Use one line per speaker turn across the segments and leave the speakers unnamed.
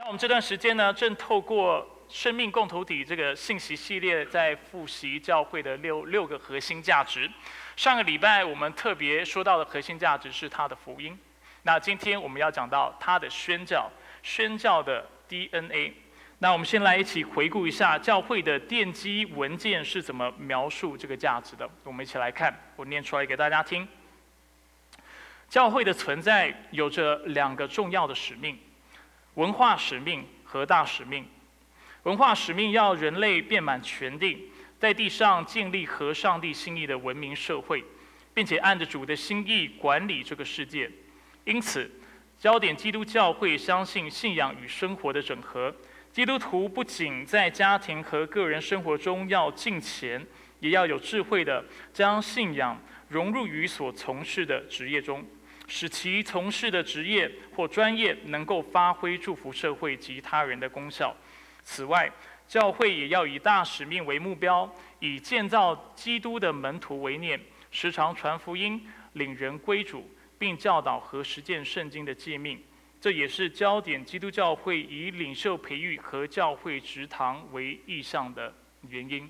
那我们这段时间呢，正透过生命共同体这个信息系列，在复习教会的六个核心价值。上个礼拜我们特别说到的核心价值是它的福音。那今天我们要讲到它的宣教，宣教的 DNA。那我们先来一起回顾一下教会的奠基文件是怎么描述这个价值的。我们一起来看，我念出来给大家听。教会的存在有着两个重要的使命：文化使命和大使命。文化使命要人类遍满全地，在地上建立合上帝心意的文明社会，并且按着主的心意管理这个世界。因此，焦点基督教会相信信仰与生活的整合。基督徒不仅在家庭和个人生活中要敬虔，也要有智慧地将信仰融入于所从事的职业中，使其从事的职业或专业能够发挥祝福社会及他人的功效。此外，教会也要以大使命为目标，以建造基督的门徒为念，时常传福音，领人归主，并教导和实践圣经的诫命。这也是焦点基督教会以领袖培育和教会职堂为意向的原因。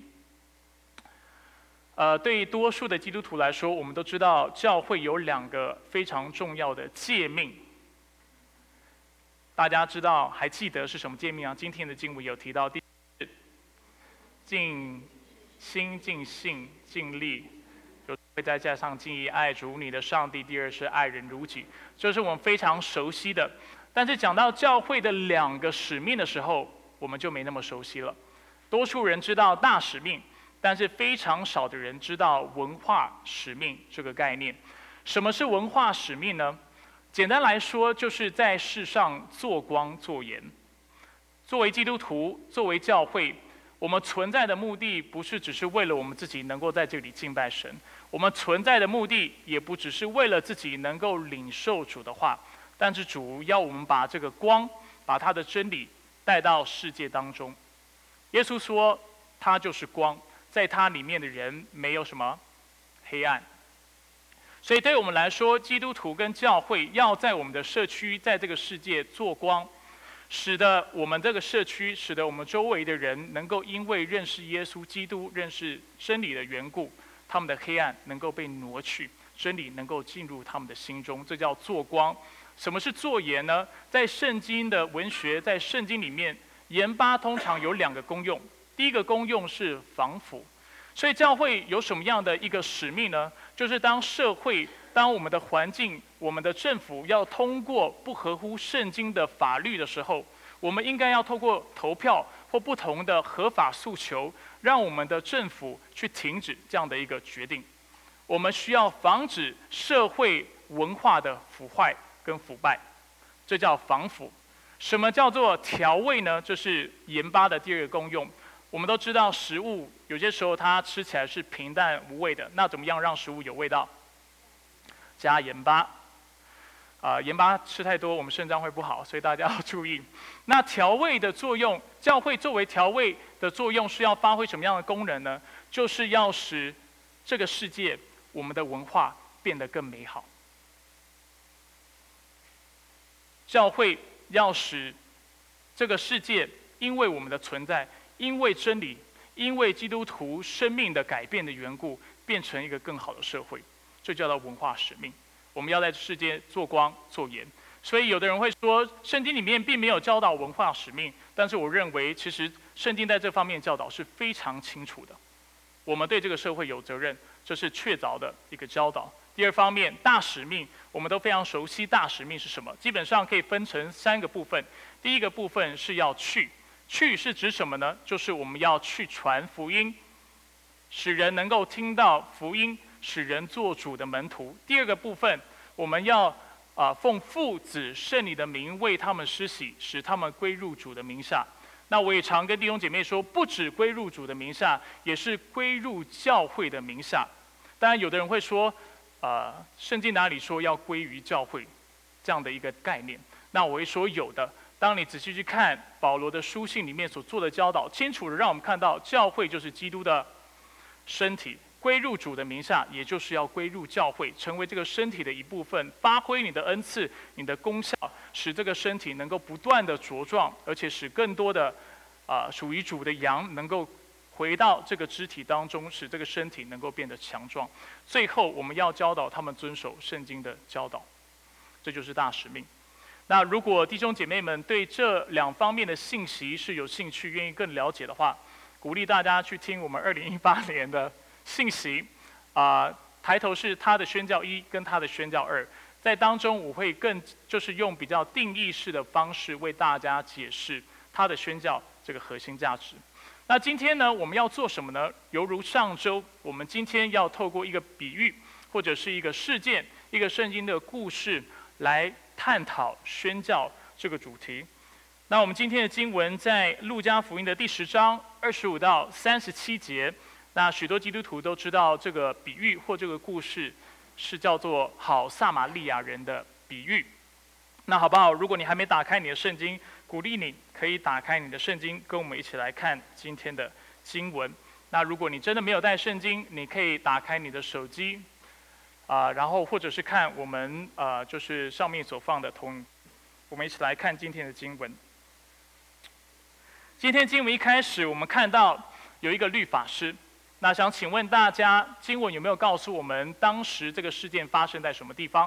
对多数的基督徒来说，我们都知道教会有两个非常重要的诫命。大家知道还记得是什么诫命啊？今天的经文有提到，第一是尽心、尽性、尽力，会再加上尽意爱主你的上帝。第二是爱人如己，这是我们非常熟悉的。但是讲到教会的两个使命的时候，我们就没那么熟悉了。多数人知道大使命，但是非常少的人知道文化使命这个概念。什么是文化使命呢？简单来说，就是在世上做光做盐。作为基督徒，作为教会，我们存在的目的不是只是为了我们自己能够在这里敬拜神，我们存在的目的也不只是为了自己能够领受主的话，但是主要我们把这个光，把他的真理带到世界当中。耶稣说，他就是光，在他里面的人没有什么黑暗。所以对我们来说，基督徒跟教会要在我们的社区，在这个世界做光，使得我们这个社区，使得我们周围的人能够因为认识耶稣基督、认识真理的缘故，他们的黑暗能够被挪去，真理能够进入他们的心中，这叫做光。什么是做盐呢？在圣经的文学，在圣经里面，盐巴通常有两个功用。第一个功用是防腐。所以教会有什么样的一个使命呢？就是当社会、当我们的环境、我们的政府要通过不合乎圣经的法律的时候，我们应该要透过投票或不同的合法诉求，让我们的政府去停止这样的一个决定。我们需要防止社会文化的腐坏跟腐败，这叫防腐。什么叫做调味呢？这是盐巴的第二个功用。我们都知道食物有些时候它吃起来是平淡无味的，那怎么样让食物有味道？加盐巴。盐巴吃太多我们肾脏会不好，所以大家要注意。那调味的作用，教会作为调味的作用是要发挥什么样的功能呢？就是要使这个世界我们的文化变得更美好。教会要使这个世界因为我们的存在，因为真理，因为基督徒生命的改变的缘故，变成一个更好的社会，这叫做文化使命。我们要在世界做光做盐。所以有的人会说，圣经里面并没有教导文化使命，但是我认为其实圣经在这方面教导是非常清楚的。我们对这个社会有责任，这是确凿的一个教导。第二方面，大使命，我们都非常熟悉大使命是什么，基本上可以分成3个部分。第一个部分是要去是指什么呢？就是我们要去传福音，使人能够听到福音，使人做主的门徒。第二个部分，我们要奉父子圣灵的名为他们施洗，使他们归入主的名下。那我也常跟弟兄姐妹说，不只归入主的名下，也是归入教会的名下。当然有的人会说，圣经哪里说要归于教会这样的一个概念？那我会说有的。当你仔细去看保罗的书信里面所做的教导，清楚的让我们看到，教会就是基督的身体，归入主的名下，也就是要归入教会，成为这个身体的一部分，发挥你的恩赐、你的功效， 使这个身体能够不断的茁壮，而且使更多的属于主的羊能够回到这个肢体当中，使这个身体能够变得强壮。最后，我们要教导他们遵守圣经的教导，这就是大使命。那如果弟兄姐妹们对这2方面的信息是有兴趣、愿意更了解的话，鼓励大家去听我们2018年的信息，抬头是他的宣教1跟他的宣教2，在当中我会就是用比较定义式的方式为大家解释他的宣教这个核心价值。那今天呢，我们要做什么呢？犹如上周，我们今天要透过一个比喻，或者是一个事件、一个圣经的故事，来探讨宣教这个主题。那我们今天的经文在路加福音的第10章25到37节。那许多基督徒都知道这个比喻或这个故事是叫做好撒玛利亚人的比喻。那好不好？如果你还没打开你的圣经，鼓励你可以打开你的圣经，跟我们一起来看今天的经文。那如果你真的没有带圣经，你可以打开你的手机，然后或者是看我们就是上面所放的投影，我们一起来看今天的经文。今天经文一开始，我们看到有一个律法师。那想请问大家，经文有没有告诉我们当时这个事件发生在什么地方？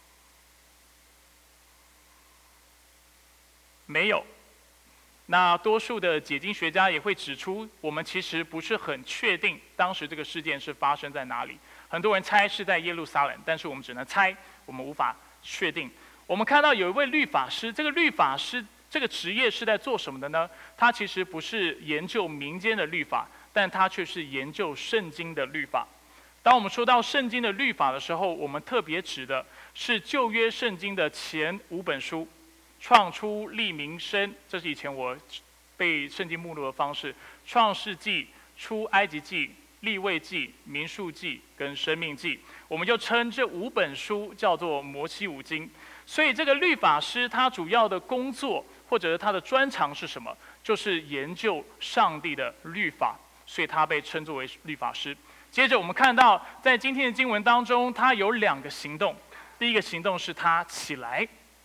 没有。那多数的解经学家也会指出，我们其实不是很确定当时这个事件是发生在哪里。很多人猜是在耶路撒冷，但是我们只能猜，我们无法确定。我们看到有一位律法师，这个律法师这个职业是在做什么的呢？他其实不是研究民间的律法，但他却是研究圣经的律法。当我们说到圣经的律法的时候，我们特别指的是旧约圣经的前5本书，创出、利民申，这是以前我背圣经目录的方式，创世纪、出埃及记、利未记、民数记跟生命记，我们就称这5本书叫做摩西五经。所以这个律法师他主要的工作或者是他的专长是什么？就是研究上帝的律法，所以他被称作为律法师。接着我们看到，在今天的经文当中，他有2个行动。第一个行动是他起来。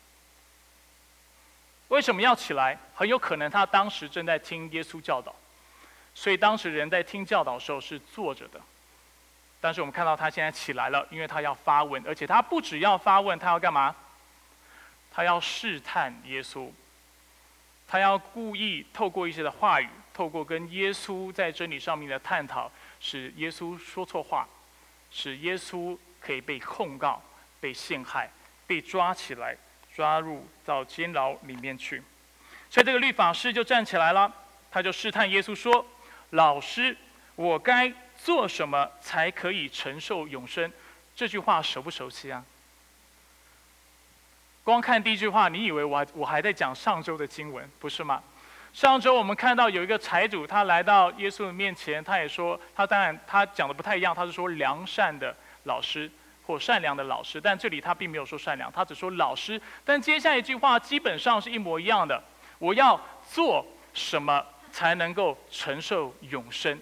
为什么要起来？很有可能他当时正在听耶稣教导，所以当时人在听教导的时候是坐着的。但是我们看到他现在起来了，因为他要发问，而且他不只要发问，他要干嘛？他要试探耶稣，他要故意透过一些的话语，透过跟耶稣在真理上面的探讨，使耶稣说错话，使耶稣可以被控告、被陷害、被抓起来，抓入到监牢里面去。所以这个律法师就站起来了，他就试探耶稣说：“老师，我该做什么才可以承受永生？”这句话熟不熟悉啊？光看第一句话，你以为我还在讲上周的经文，不是吗？上周我们看到有一个财主，他来到耶稣的面前，他也说，当然他讲的不太一样，他是说良善的老师或善良的老师，但这里他并没有说善良，他只说老师。但接下一句话基本上是一模一样的，我要做什么才能够承受永生？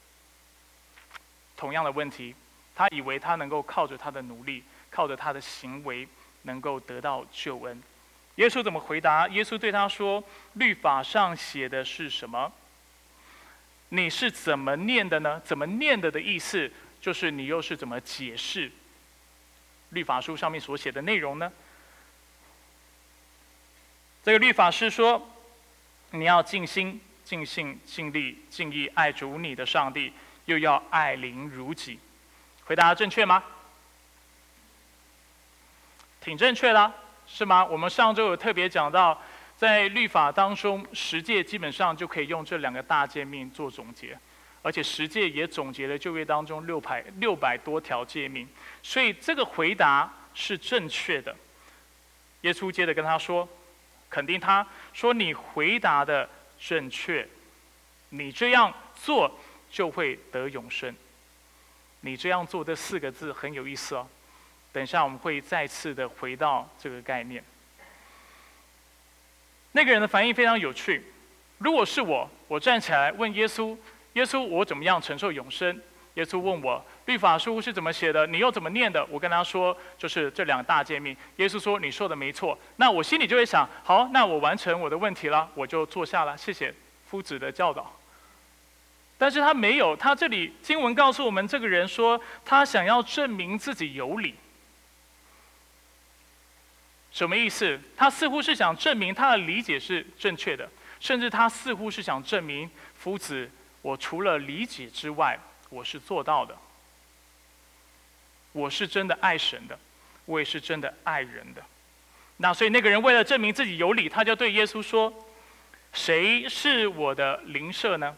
同样的问题，他以为他能够靠着他的努力，靠着他的行为能够得到救恩。耶稣怎么回答？耶稣对他说：“律法上写的是什么？你是怎么念的呢？怎么念的意思，就是你又是怎么解释律法书上面所写的内容呢？”这个律法师说：“你要尽心、尽性、尽力、尽意爱主你的上帝，又要爱邻如己。”回答正确吗？挺正确啦，是吗？我们上周有特别讲到，在律法当中，10诫基本上就可以用这2个大诫命做总结，而且10诫也总结了旧约当中600多条诫命，所以这个回答是正确的。耶稣接着跟他说，肯定他说：“你回答的正确，你这样做就会得永生。”你这样做这4个字很有意思哦。等一下我们会再次的回到这个概念。那个人的反应非常有趣。如果是我站起来问耶稣：“耶稣，我怎么样承受永生？” 耶稣问我律法书是怎么写的，你又怎么念的？我跟他说就是这两大诫命。耶稣说你说的没错。那我心里就会想，好，那我完成我的问题了，我就坐下了，谢谢夫子的教导。但是他没有，他这里经文告诉我们，这个人说他想要证明自己有理。什么意思？他似乎是想证明他的理解是正确的，甚至他似乎是想证明夫子，我除了理解之外，我是做到的。我是真的爱神的，我也是真的爱人的。那所以那个人为了证明自己有理，他就对耶稣说：“谁是我的邻舍呢？”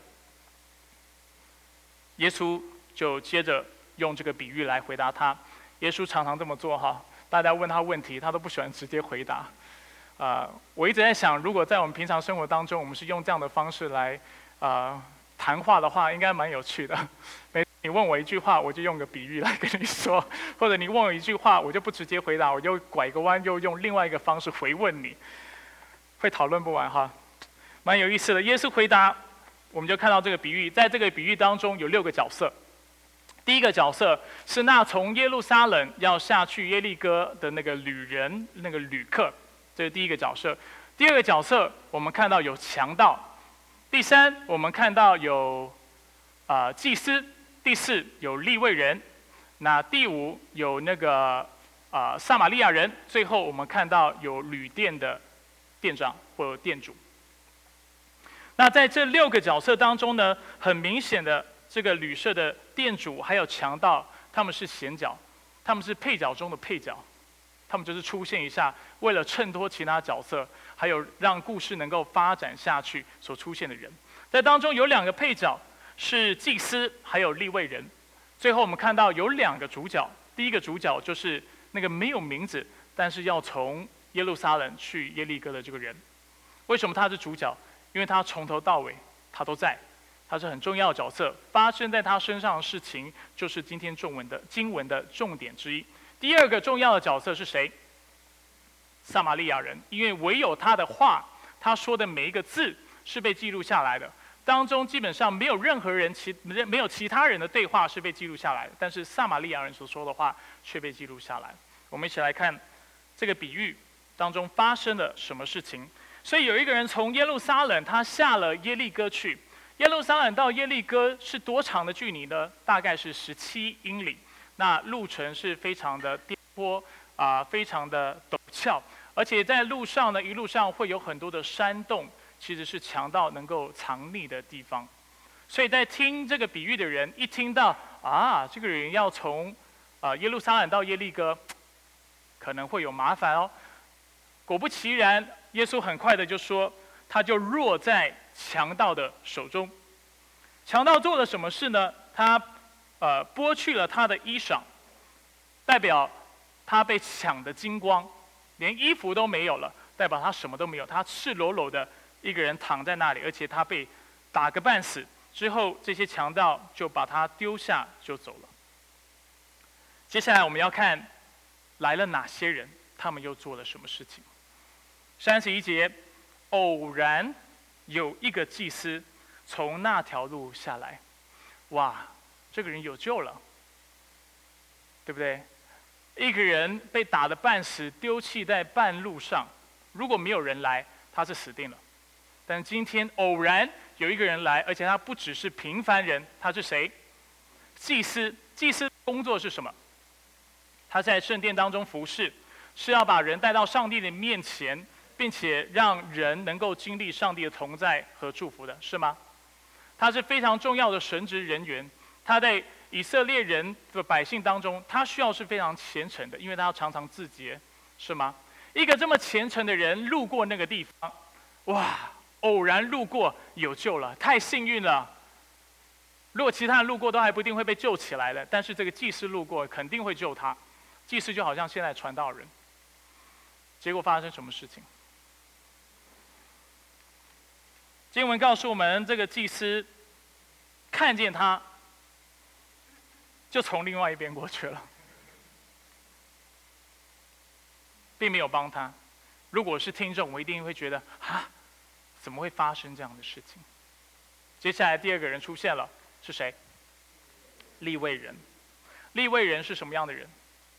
耶稣就接着用这个比喻来回答他。耶稣常常这么做哈。大家问他问题，他都不喜欢直接回答。我一直在想，如果在我们平常生活当中，我们是用这样的方式来谈话的话，应该蛮有趣的。你问我一句话，我就用个比喻来跟你说；或者你问我一句话，我就不直接回答，我就拐个弯，又用另外一个方式回问你，会讨论不完哈，蛮有意思的。耶稣回答，我们就看到这个比喻，在这个比喻当中有6个角色。第一个角色是那从耶路撒冷要下去耶利哥的那个旅客，这是第一个角色。第二个角色，我们看到有强盗。第3，我们看到有祭司。第4，有利未人。那第5，有那个撒玛利亚人。最后我们看到有旅店的店长或者店主。那在这6个角色当中呢，很明显的，这个旅社的店主还有强盗，他们是闲角，他们是配角中的配角，他们就是出现一下，为了衬托其他角色，还有让故事能够发展下去所出现的人。在当中有2个配角是祭司还有利未人。最后我们看到有2个主角，第一个主角就是那个没有名字，但是要从耶路撒冷去耶利哥的这个人。为什么他是主角？因为他从头到尾他都在。他是很重要的角色，发生在他身上的事情，就是今天经文的重点之一。第2个重要的角色是谁？撒玛利亚人，因为唯有他的话，他说的每一个字是被记录下来的，当中基本上没有任何人没有其他人的对话是被记录下来的，但是撒玛利亚人所说的话却被记录下来。我们一起来看这个比喻当中发生了什么事情。所以有一个人从耶路撒冷，他下了耶利哥去。耶路撒冷到耶利哥是多长的距离呢？大概是17英里。那路程是非常的颠簸非常的陡峭，而且在路上呢，一路上会有很多的山洞，其实是强盗能够藏匿的地方。所以在听这个比喻的人，一听到这个人要从耶路撒冷到耶利哥，可能会有麻烦哦。果不其然，耶稣很快的就说，他就落在强盗的手中。强盗做了什么事呢？他剥去了他的衣裳，代表他被抢得精光，连衣服都没有了，代表他什么都没有，他赤裸裸的一个人躺在那里，而且他被打个半死。之后这些强盗就把他丢下就走了。接下来我们要看来了哪些人，他们又做了什么事情。31节，偶然有一个祭司从那条路下来，哇，这个人有救了，对不对？一个人被打得半死，丢弃在半路上，如果没有人来，他是死定了。但今天偶然有一个人来，而且他不只是平凡人，他是谁？祭司。祭司工作是什么？他在圣殿当中服侍，是要把人带到上帝的面前，并且让人能够经历上帝的同在和祝福的，是吗？他是非常重要的神职人员，他在以色列人的百姓当中，他需要是非常虔诚的，因为他要常常自洁，是吗？一个这么虔诚的人路过那个地方，哇，偶然路过有救了，太幸运了。如果其他人路过都还不一定会被救起来的，但是这个祭司路过肯定会救他。祭司就好像现在传道人。结果发生什么事情？经文告诉我们，这个祭司看见他，就从另外一边过去了，并没有帮他。如果是听众，我一定会觉得怎么会发生这样的事情？接下来第2个人出现了，是谁？ 利未人。利未人是什么样的人？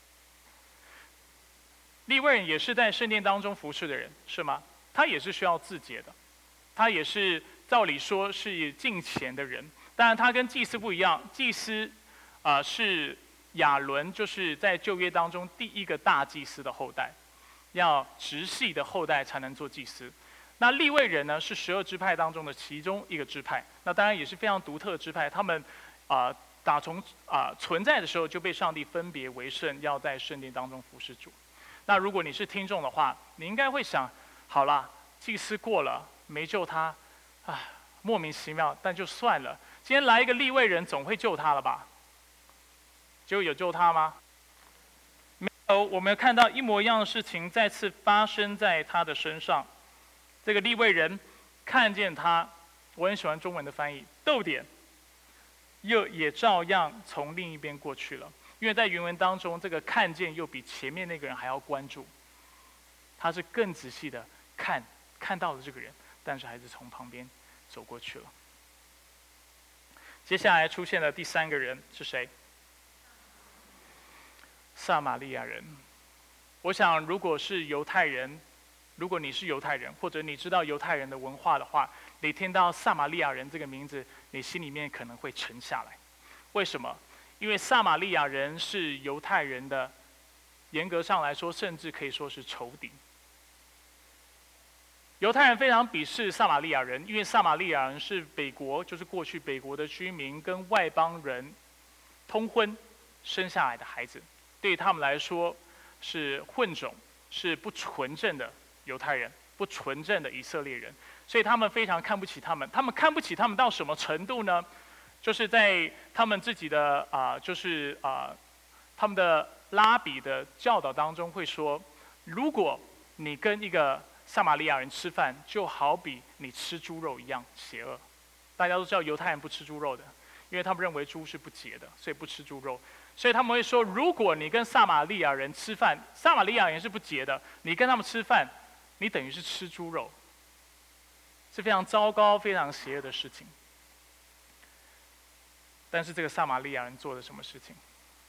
利未人也是在圣殿当中服侍的人，是吗？他也是需要自洁的，他也是照理说是敬虔的人。当然，他跟祭司不一样，祭司是亚伦，就是在旧约当中第一个大祭司的后代，要直系的后代才能做祭司。那利未人呢，是12支派当中的其中一个支派，那当然也是非常独特的支派。他们打从存在的时候就被上帝分别为圣，要在圣殿当中服侍主。那如果你是听众的话，你应该会想：好啦，祭司过了，没救他，莫名其妙，但就算了。今天来一个利未人，总会救他了吧？结果有救他吗？没有。我们看到一模一样的事情再次发生在他的身上。这个利未人看见他，我很喜欢中文的翻译，逗点，也照样从另一边过去了。因为在原文当中，这个看见又比前面那个人还要关注，他是更仔细的看到了这个人，但是还是从旁边走过去了。接下来出现的第3个人是谁？撒玛利亚人。我想，如果是犹太人，如果你是犹太人，或者你知道犹太人的文化的话，你听到撒玛利亚人这个名字，你心里面可能会沉下来。为什么？因为撒玛利亚人是犹太人的，严格上来说，甚至可以说是仇敌。犹太人非常鄙视撒玛利亚人，因为撒玛利亚人是北国，就是过去北国的居民跟外邦人通婚生下来的孩子，对于他们来说是混种，是不纯正的犹太人，不纯正的以色列人，所以他们非常看不起他们。他们看不起他们到什么程度呢？就是在他们自己的他们的拉比的教导当中会说，如果你跟一个撒玛利亚人吃饭，就好比你吃猪肉一样邪恶。大家都知道犹太人不吃猪肉的，因为他们认为猪是不洁的，所以不吃猪肉。所以他们会说，如果你跟撒玛利亚人吃饭，撒玛利亚人是不洁的，你跟他们吃饭，你等于是吃猪肉，是非常糟糕、非常邪恶的事情。但是这个撒玛利亚人做了什么事情？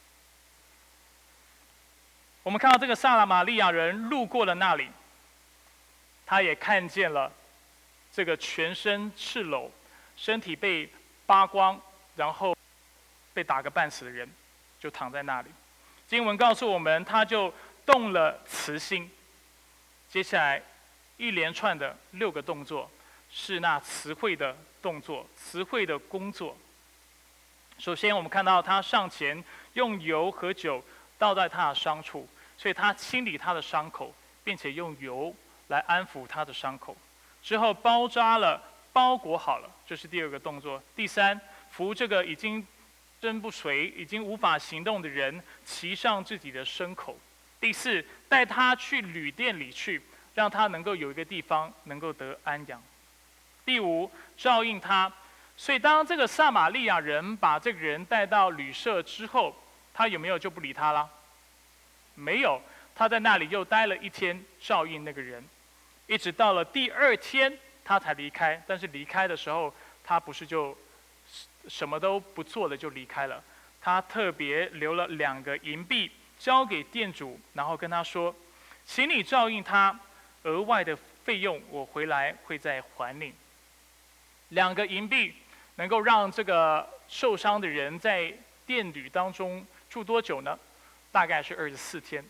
我们看到这个撒玛利亚人路过了那里，他也看见了这个全身赤裸、身体被扒光，然后被打个半死的人，就躺在那里。经文告诉我们，他就动了慈心。接下来一连串的6个动作，是那慈惠的动作，慈惠的工作。首先，我们看到他上前用油和酒倒在他的伤处，所以他清理他的伤口，并且用油来安抚他的伤口。之后包扎了、包裹好了，这是第2个动作。第3，扶这个已经身不遂、已经无法行动的人骑上自己的牲口。第4，带他去旅店里去，让他能够有一个地方能够得安养。第5，照应他。所以，当这个撒玛利亚人把这个人带到旅社之后，他有没有就不理他了？没有，他在那里又待了1天，照应那个人，一直到了第2天，他才离开。但是离开的时候，他不是就什么都不做的就离开了，他特别留了2个银币交给店主，然后跟他说：“请你照应他，额外的费用我回来会再还你。”2个银币能够让这个受伤的人在店旅当中住多久呢？大概是24天。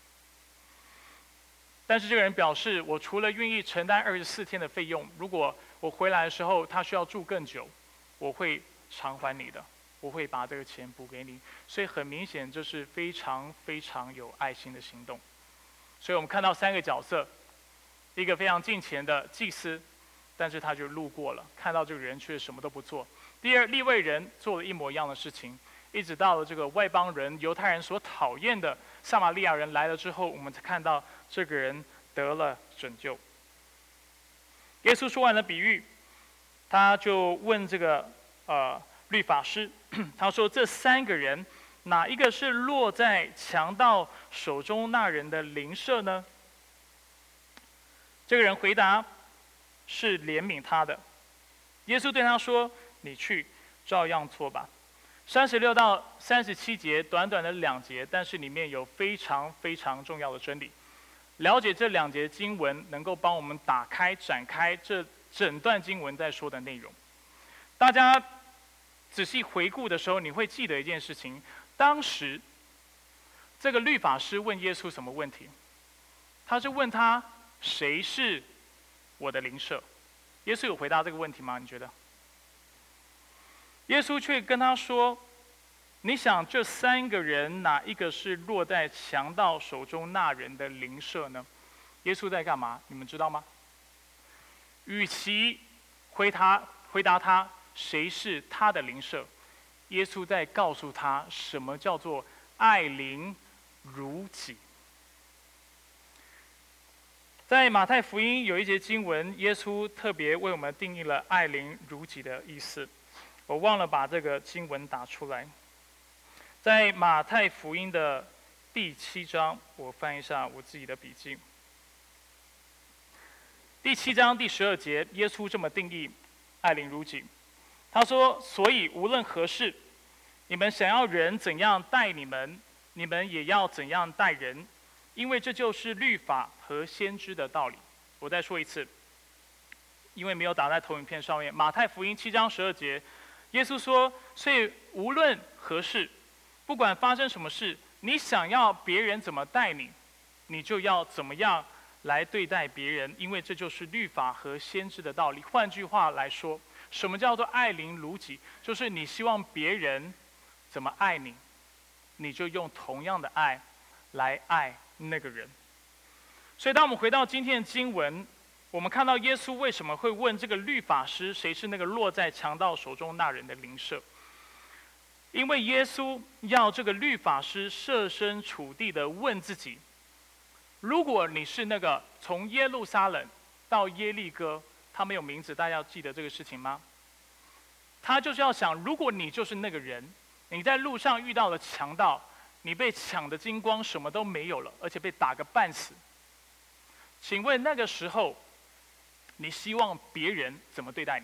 但是这个人表示，我除了愿意承担24天的费用，如果我回来的时候他需要住更久，我会偿还你的，我会把这个钱补给你。所以很明显，这是非常非常有爱心的行动。所以我们看到3个角色，一个非常敬虔的祭司，但是他就路过了，看到这个人却什么都不做。第2，利未人做了一模一样的事情，一直到了这个外邦人、犹太人所讨厌的撒玛利亚人来了之后，我们才看到这个人得了拯救。耶稣说完了比喻，他就问这个律法师，他说：“这3个人，哪一个是落在强盗手中那人的邻舍呢？”这个人回答：“是怜悯他的。”耶稣对他说：“你去，照样做吧。” 36到37节，短短的2节，但是里面有非常非常重要的真理。了解这2节经文，能够帮我们打开、展开这整段经文在说的内容。大家仔细回顾的时候，你会记得一件事情：当时这个律法师问耶稣什么问题？他是问他谁是我的邻舍？耶稣有回答这个问题吗？你觉得？耶稣却跟他说：“你想这3个人哪一个是落在强盗手中那人的邻舍呢？”耶稣在干嘛？你们知道吗？与其回答他谁是他的邻舍，耶稣在告诉他什么叫做爱邻如己。在马太福音有一节经文，耶稣特别为我们定义了爱邻如己的意思。我忘了把这个经文打出来。在马太福音的第7章，我翻一下我自己的笔记。第7章第12节，耶稣这么定义爱邻如己。他说：“所以无论何事，你们想要人怎样待你们，你们也要怎样待人，因为这就是律法和先知的道理。”我再说一次，因为没有打在投影片上面。马太福音7章12节，耶稣说：“所以无论何事，不管发生什么事，你想要别人怎么待你，你就要怎么样来对待别人，因为这就是律法和先知的道理。”换句话来说，什么叫做爱邻如己？就是你希望别人怎么爱你，你就用同样的爱来爱那个人。所以当我们回到今天的经文，我们看到耶稣为什么会问这个律法师谁是那个落在强盗手中那人的邻舍？因为耶稣要这个律法师设身处地的问自己：如果你是那个从耶路撒冷到耶利哥，他没有名字，大家要记得这个事情吗？他就是要想，如果你就是那个人，你在路上遇到了强盗，你被抢得精光，什么都没有了，而且被打个半死，请问那个时候，你希望别人怎么对待你？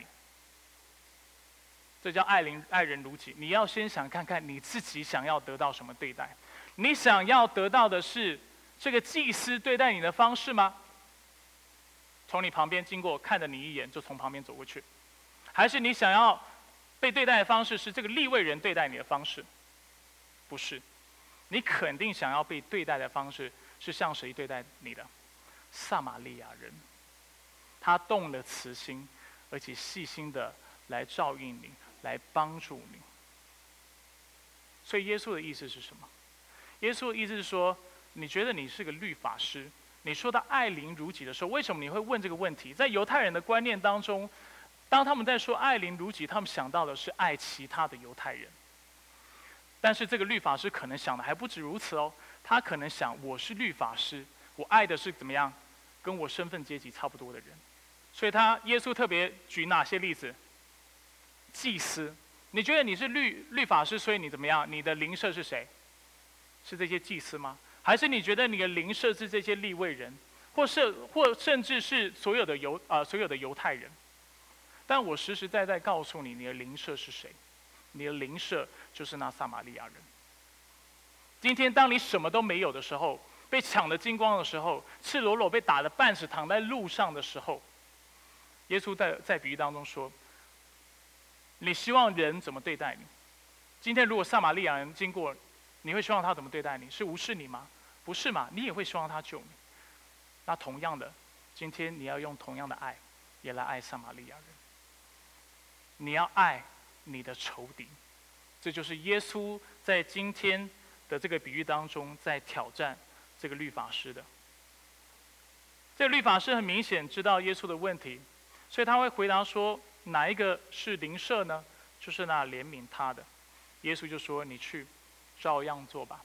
这叫爱人如己。你要先想看看你自己想要得到什么对待。你想要得到的是这个祭司对待你的方式吗？从你旁边经过，看着你一眼就从旁边走过去，还是你想要被对待的方式是这个利未人对待你的方式？不是，你肯定想要被对待的方式是像谁对待你的？撒玛利亚人，他动了慈心，而且细心的来照应你，来帮助你。所以耶稣的意思是什么？耶稣的意思是说，你觉得你是个律法师，你说到爱邻如己的时候，为什么你会问这个问题？在犹太人的观念当中，当他们在说爱邻如己，他们想到的是爱其他的犹太人。但是这个律法师可能想的还不止如此哦，他可能想，我是律法师，我爱的是怎么样，跟我身份阶级差不多的人。所以耶稣特别举哪些例子？祭司，你觉得你是律法师，所以你怎么样？你的邻舍是谁？是这些祭司吗？还是你觉得你的邻舍是这些利未人，或甚至是所有的犹太人？但我实实在在告诉你，你的邻舍是谁？你的邻舍就是那撒玛利亚人。今天当你什么都没有的时候，被抢得精光的时候，赤裸裸被打得半死，躺在路上的时候，耶稣在比喻当中说：你希望人怎么对待你？今天如果撒玛利亚人经过，你会希望他怎么对待你？是无视你吗？不是嘛，你也会希望他救你。那同样的，今天你要用同样的爱，也来爱撒玛利亚人。你要爱你的仇敌，这就是耶稣在今天的这个比喻当中，在挑战这个律法师的。这个律法师很明显知道耶稣的问题，所以他会回答说：哪一个是邻舍呢？就是那怜悯他的。耶稣就说：你去，照样做吧。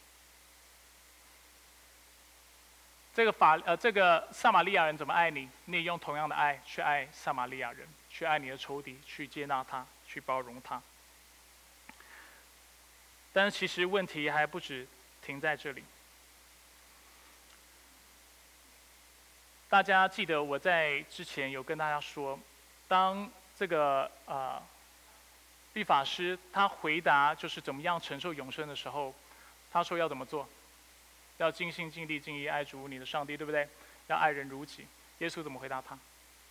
这个撒玛利亚人怎么爱你，你也用同样的爱去爱撒玛利亚人，去爱你的仇敌，去接纳他，去包容他。但是其实问题还不止停在这里。大家记得我在之前有跟大家说，当这个律法师他回答就是怎么样承受永生的时候，他说要怎么做？要尽心尽力尽意爱主你的上帝，对不对？要爱人如己。耶稣怎么回答他？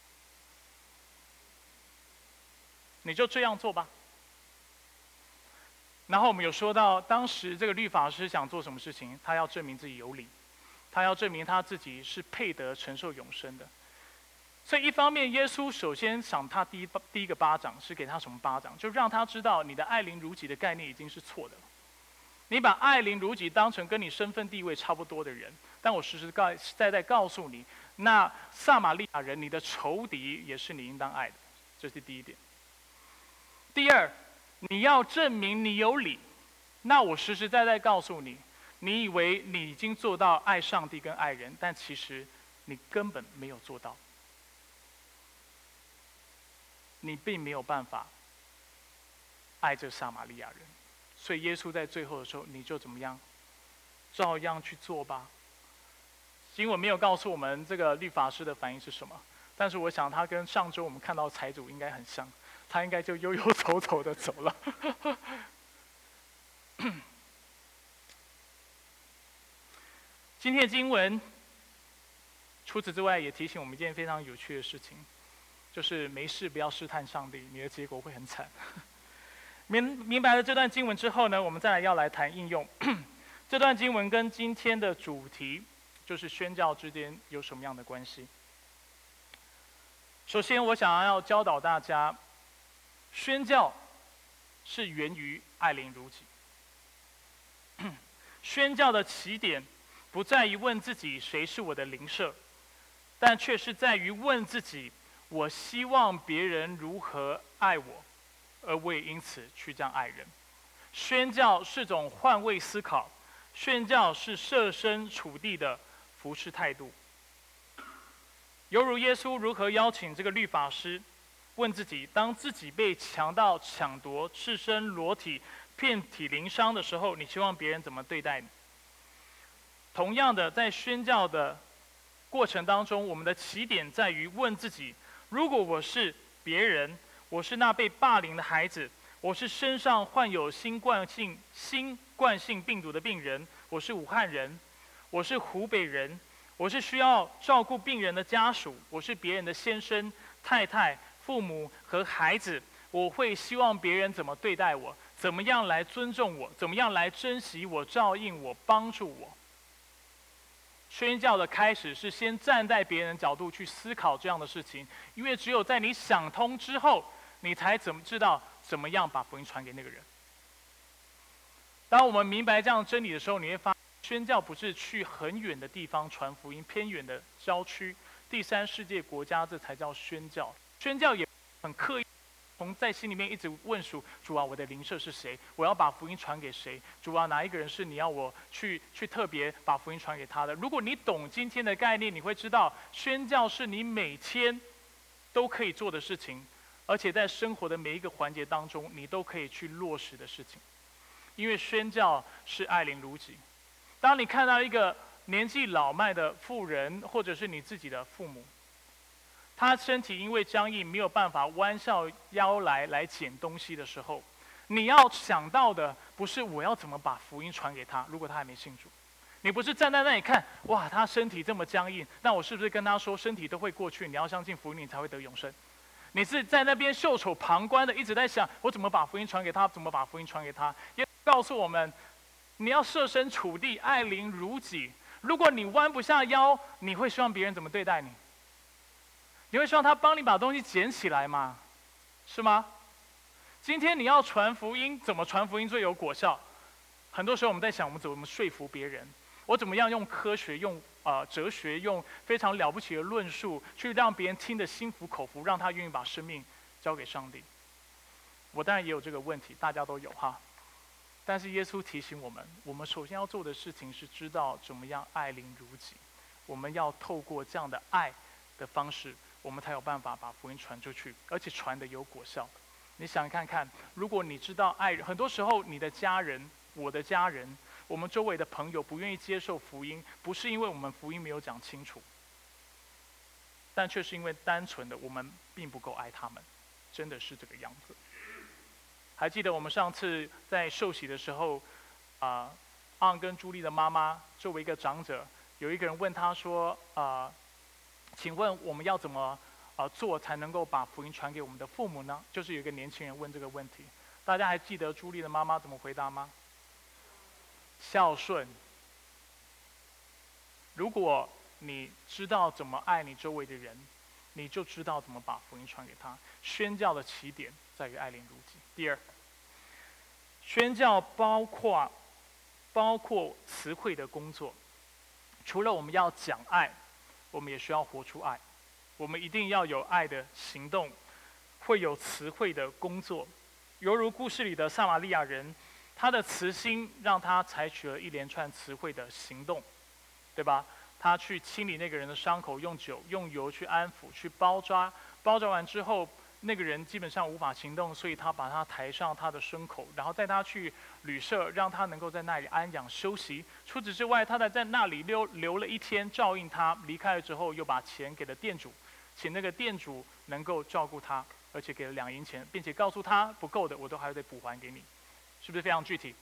你就这样做吧。然后我们有说到，当时这个律法师想做什么事情？他要证明自己有理，他要证明他自己是配得承受永生的。所以一方面，耶稣首先赏他第一个巴掌是给他什么巴掌？就让他知道你的爱邻如己的概念已经是错的了。你把爱邻如己当成跟你身份地位差不多的人，但我实实在在告诉你，那撒玛利亚人，你的仇敌也是你应当爱的，这是第一点。第二，你要证明你有理，那我实实在在告诉你，你以为你已经做到爱上帝跟爱人，但其实你根本没有做到，你并没有办法爱这撒玛利亚人。所以耶稣在最后的时候，你就怎么样？照样去做吧。经文没有告诉我们这个律法师的反应是什么，但是我想他跟上周我们看到财主应该很像，他应该就悠悠走走的走了。今天的经文，除此之外也提醒我们一件非常有趣的事情，就是没事不要试探上帝，你的结果会很惨。明白了这段经文之后呢，我们再来要来谈应用。这段经文跟今天的主题，就是宣教之间有什么样的关系？首先，我想要教导大家，宣教是源于爱邻如己。宣教的起点不在于问自己谁是我的邻舍，但却是在于问自己，我希望别人如何爱我，而我也因此去这样爱人。宣教是种换位思考，宣教是设身处地的服侍态度。犹如耶稣如何邀请这个律法师问自己，当自己被强盗抢夺、赤身裸体、遍体鳞伤的时候，你希望别人怎么对待你？同样的，在宣教的过程当中，我们的起点在于问自己：如果我是别人，我是那被霸凌的孩子，我是身上患有新冠性病毒的病人，我是武汉人，我是湖北人，我是需要照顾病人的家属，我是别人的先生、太太、父母和孩子，我会希望别人怎么对待我，怎么样来尊重我，怎么样来珍惜我、照应我、帮助我。宣教的开始是先站在别人的角度去思考这样的事情，因为只有在你想通之后，你才知道怎么样把福音传给那个人。当我们明白这样真理的时候，你会发现宣教不是去很远的地方传福音，偏远的郊区、第三世界国家，这才叫宣教。宣教也很刻意，从在心里面一直问主啊，我的邻舍是谁？我要把福音传给谁？主啊，哪一个人是你要我去特别把福音传给他的？如果你懂今天的概念，你会知道宣教是你每天都可以做的事情，而且在生活的每一个环节当中，你都可以去落实的事情。因为宣教是爱邻如己。当你看到一个年纪老迈的妇人，或者是你自己的父母，他身体因为僵硬没有办法弯下腰来捡东西的时候，你要想到的不是我要怎么把福音传给他，如果他还没信主，你不是站在那里看，哇，他身体这么僵硬，那我是不是跟他说身体都会过去，你要相信福音，你才会得永生？你是在那边袖手旁观的，一直在想我怎么把福音传给他，怎么把福音传给他。也告诉我们，你要设身处地，爱邻如己。如果你弯不下腰，你会希望别人怎么对待你？你会希望他帮你把东西捡起来吗？是吗？今天你要传福音，怎么传福音最有果效？很多时候我们在想，我们怎么说服别人？我怎么样用科学、用哲学、用非常了不起的论述，去让别人听得心服口服，让他愿意把生命交给上帝？我当然也有这个问题，大家都有哈。但是耶稣提醒我们，我们首先要做的事情是知道怎么样爱邻如己。我们要透过这样的爱的方式，我们才有办法把福音传出去，而且传得有果效。你想看看，如果你知道爱人，很多时候你的家人、我的家人、我们周围的朋友不愿意接受福音，不是因为我们福音没有讲清楚，但却是因为单纯的我们并不够爱他们，真的是这个样子。 还记得我们上次在受洗的时候，昂跟朱莉的妈妈作为一个长者，有一个人问他说，请问我们要怎么做才能够把福音传给我们的父母呢？就是有一个年轻人问这个问题，大家还记得朱莉的妈妈怎么回答吗？孝顺。如果你知道怎么爱你周围的人，你就知道怎么把福音传给他。宣教的起点在于爱邻如己。第二，宣教包括词汇的工作。除了我们要讲爱，我们也需要活出爱。我们一定要有爱的行动，会有词汇的工作。犹如故事里的撒玛利亚人，他的慈心让他采取了一连串词汇的行动，对吧？他去清理那个人的伤口，用酒、用油去安抚，去包扎。包扎完之后，那个人基本上无法行动，所以他把他抬上他的牲口，然后带他去旅社，让他能够在那里安养休息。除此之外，他在那里留了一天，照应他。离开了之后，又把钱给了店主，请那个店主能够照顾他，而且给了2银钱，并且告诉他不够的，我都还得补还给你，是不是非常具体？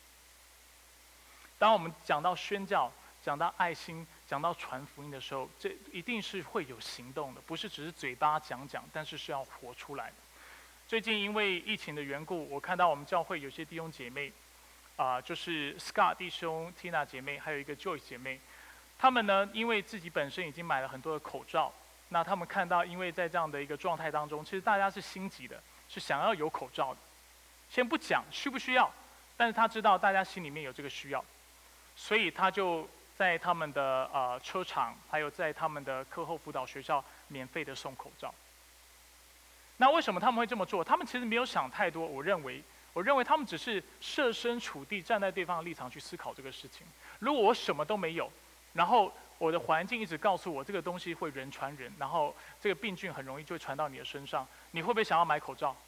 当我们讲到宣教，讲到爱心，讲到传福音的时候，这一定是会有行动的，不是只是嘴巴讲讲，但是是要活出来的。最近因为疫情的缘故，我看到我们教会有些弟兄姐妹，就是 Scott 弟兄、Tina 姐妹，还有一个 Joyce 姐妹，他们呢，因为自己本身已经买了很多的口罩，那他们看到，因为在这样的一个状态当中，其实大家是心急的，是想要有口罩的。先不讲需不需要，但是他知道大家心里面有这个需要，所以他就在他们的车厂，还有在他们的课后辅导学校免费的送口罩。那为什么他们会这么做？他们其实没有想太多，我认为他们只是设身处地站在对方的立场去思考这个事情。如果我什么都没有，然后我的环境一直告诉我这个东西会人传人，然后这个病菌很容易就会传到你的身上，你会不会想要买口罩？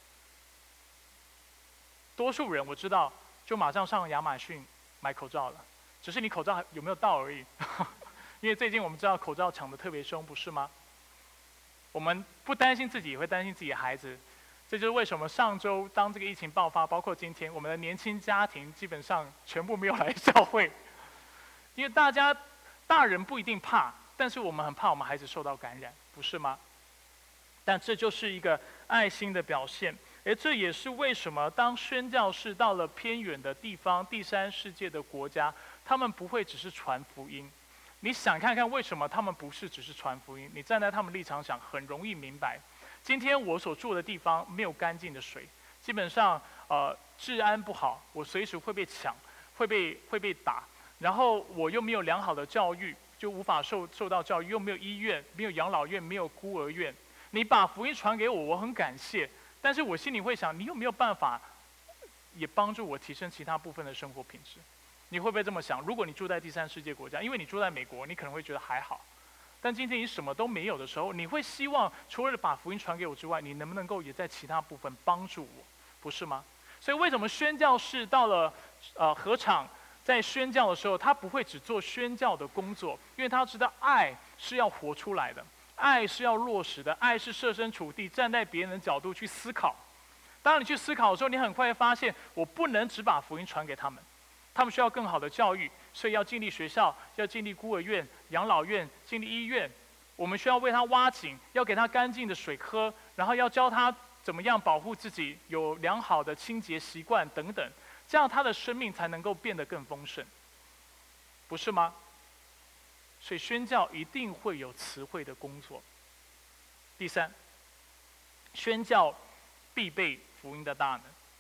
多数人我知道就马上上亚马逊买口罩了，只是你口罩有没有到而已。因为最近我们知道口罩抢得特别凶，不是吗？我们不担心自己，也会担心自己的孩子。这就是为什么上周当这个疫情爆发，包括今天，我们的年轻家庭基本上全部没有来教会，因为大人不一定怕，但是我们很怕我们孩子受到感染，不是吗？但这就是一个爱心的表现。而这也是为什么当宣教士到了偏远的地方、第三世界的国家，他们不会只是传福音。你想看看为什么他们不是只是传福音？你站在他们立场想，很容易明白。今天我所住的地方没有干净的水，基本上治安不好，我随时会被抢，会被打，然后我又没有良好的教育，就无法受到教育，又没有医院，没有养老院，没有孤儿院。你把福音传给我，我很感谢。但是我心里会想，你有没有办法，也帮助我提升其他部分的生活品质？你会不会这么想？如果你住在第三世界国家，因为你住在美国，你可能会觉得还好。但今天你什么都没有的时候，你会希望除了把福音传给我之外，你能不能够也在其他部分帮助我，不是吗？所以为什么宣教士到了禾场，在宣教的时候，他不会只做宣教的工作，因为他知道爱是要活出来的。爱是要落实的，爱是设身处地站在别人的角度去思考。当你去思考的时候，你很快会发现，我不能只把福音传给他们，他们需要更好的教育，所以要进立学校，要进立孤儿院、养老院，进立医院。我们需要为他挖井，要给他干净的水喝，然后要教他怎么样保护自己，有良好的清洁习惯等等，这样他的生命才能够变得更丰盛，不是吗？所以宣教一定会有词汇的工作。第三，宣教必备福音的大能。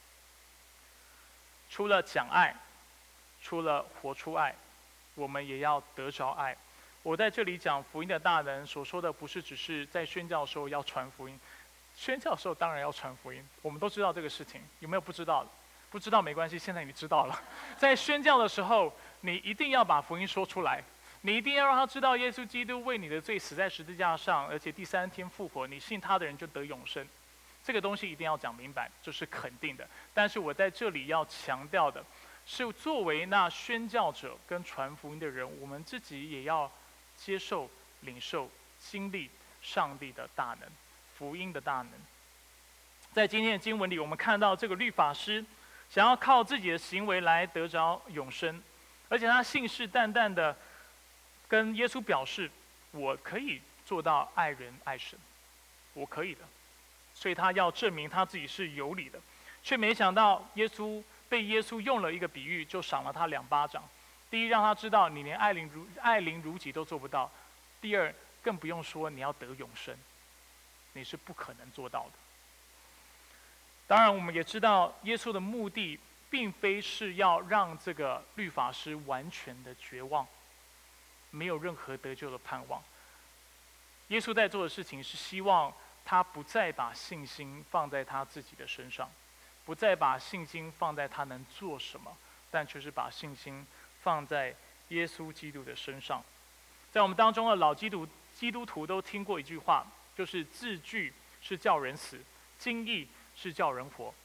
除了讲爱，除了活出爱，我们也要得着爱。我在这里讲福音的大能，所说的不是只是在宣教的时候要传福音，宣教的时候当然要传福音，我们都知道这个事情，有没有不知道的？不知道没关系，现在你知道了。在宣教的时候，你一定要把福音说出来。你一定要让他知道，耶稣基督为你的罪死在十字架上，而且第3天复活，你信他的人就得永生。这个东西一定要讲明白，这是肯定的。但是我在这里要强调的是，作为那宣教者跟传福音的人，我们自己也要接受、领受、经历上帝的大能、福音的大能。 在今天的经文里，我们看到这个律法师想要靠自己的行为来得着永生，而且他信誓旦旦的跟耶稣表示：“我可以做到爱人爱神，我可以的。”所以他要证明他自己是有理的，却没想到被耶稣用了一个比喻，就赏了他2巴掌。第一，让他知道你连爱邻如己都做不到；第二，更不用说你要得永生，你是不可能做到的。当然，我们也知道耶稣的目的，并非是要让这个律法师完全的绝望，没有任何得救的盼望。耶稣在做的事情是希望他不再把信心放在他自己的身上，不再把信心放在他能做什么，但却是把信心放在耶稣基督的身上。在我们当中的老基督徒都听过一句话，就是字句是叫人死，经义是叫人活。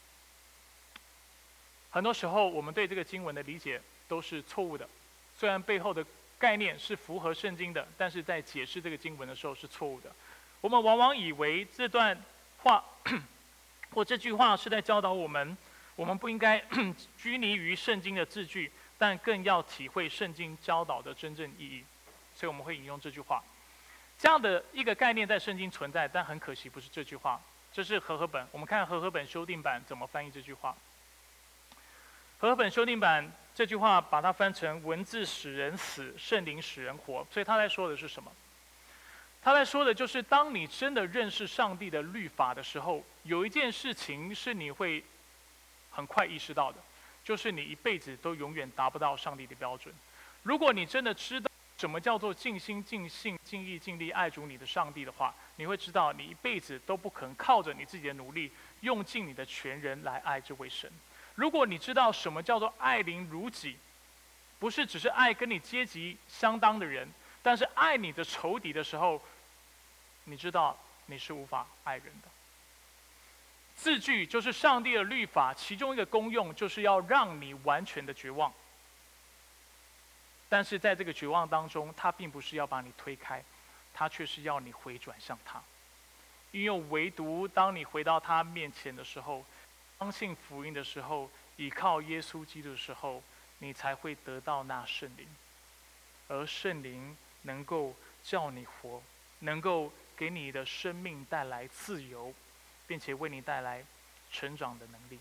很多时候，我们对这个经文的理解都是错误的，虽然背后的概念是符合圣经的，但是在解释这个经文的时候是错误的。我们往往以为这段话或这句话是在教导我们不应该拘泥于圣经的字句，但更要体会圣经教导的真正意义。所以我们会引用这句话。这样的一个概念在圣经存在，但很可惜不是这句话。这是和合本，我们看和合本修订版怎么翻译这句话。和合本修订版这句话把它翻成文字使人死，圣灵使人活。所以他在说的是什么？他在说的就是，当你真的认识上帝的律法的时候，有一件事情是你会很快意识到的，就是你一辈子都永远达不到上帝的标准。如果你真的知道什么叫做尽心尽性尽意尽力爱主你的上帝的话，你会知道你一辈子都不可能靠着你自己的努力，用尽你的全人来爱这位神。如果你知道什么叫做爱邻如己，不是只是爱跟你阶级相当的人，但是爱你的仇敌的时候，你知道你是无法爱人的。字句就是上帝的律法，其中一个功用就是要让你完全的绝望。但是在这个绝望当中，他并不是要把你推开，他却是要你回转向他。因为唯独当你回到他面前的时候，相信福音的时候，倚靠耶稣基督的时候，你才会得到那圣灵。而圣灵能够叫你活，能够给你的生命带来自由，并且为你带来成长的能力。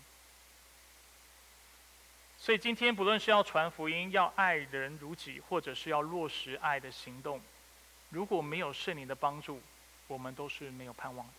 所以今天不论是要传福音，要爱人如己，或者是要落实爱的行动，如果没有圣灵的帮助，我们都是没有盼望的。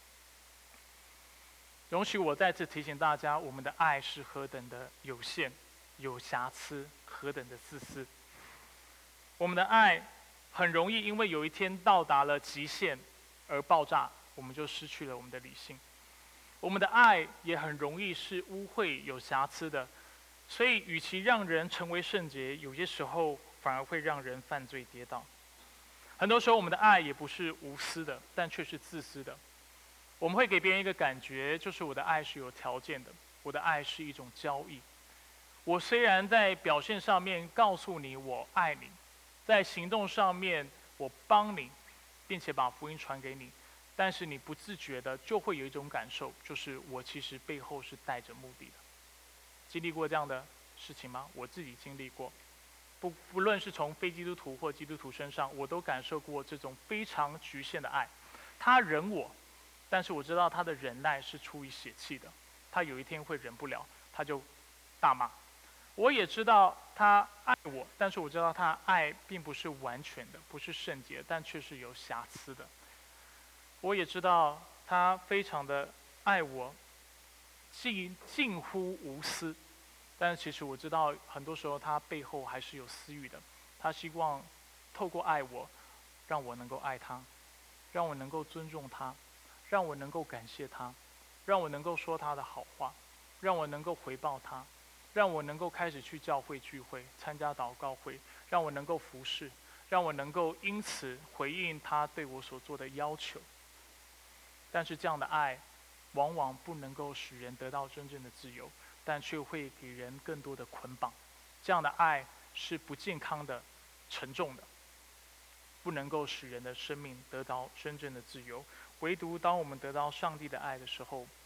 容许我再次提醒大家，我们的爱是何等的有限、有瑕疵，何等的自私。我们的爱很容易因为有一天到达了极限而爆炸，我们就失去了我们的理性。我们的爱也很容易是污秽、有瑕疵的。所以，与其让人成为圣洁，有些时候反而会让人犯罪跌倒。很多时候，我们的爱也不是无私的，但却是自私的。我们会给别人一个感觉，就是我的爱是有条件的，我的爱是一种交易。我虽然在表现上面告诉你我爱你，在行动上面我帮你，并且把福音传给你，但是你不自觉的就会有一种感受，就是我其实背后是带着目的的。经历过这样的事情吗？我自己经历过，不论是从非基督徒或基督徒身上，我都感受过这种非常局限的爱。他忍我，但是我知道他的忍耐是出于血气的，他有一天会忍不了，他就大骂。我也知道他爱我，但是我知道他爱并不是完全的，不是圣洁，但却是有瑕疵的。我也知道他非常的爱我，近乎无私，但是其实我知道，很多时候他背后还是有私欲的。他希望透过爱我，让我能够爱他，让我能够尊重他，让我能够感谢他，让我能够说他的好话，让我能够回报他，让我能够开始去教会聚会，参加祷告会，让我能够服侍，让我能够因此回应他对我所做的要求。但是这样的爱往往不能够使人得到真正的自由，但却会给人更多的捆绑。这样的爱是不健康的、沉重的，不能够使人的生命得到真正的自由。唯独当我们得到上帝的爱的时候，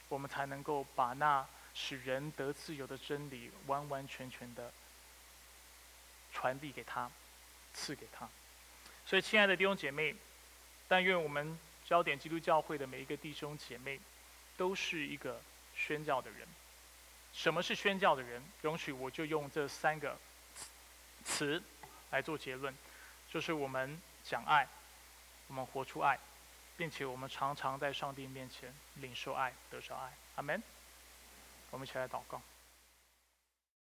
我们才能够把那使人得自由的真理完完全全的传递给他，赐给他。所以，亲爱的弟兄姐妹，但愿我们焦点基督教会的每一个弟兄姐妹，都是一个宣教的人。什么是宣教的人？容许我就用这3个词来做结论，就是我们讲爱，我们活出爱，并且我们常常在上帝面前领受爱，得着爱。阿们。我们一起来祷告。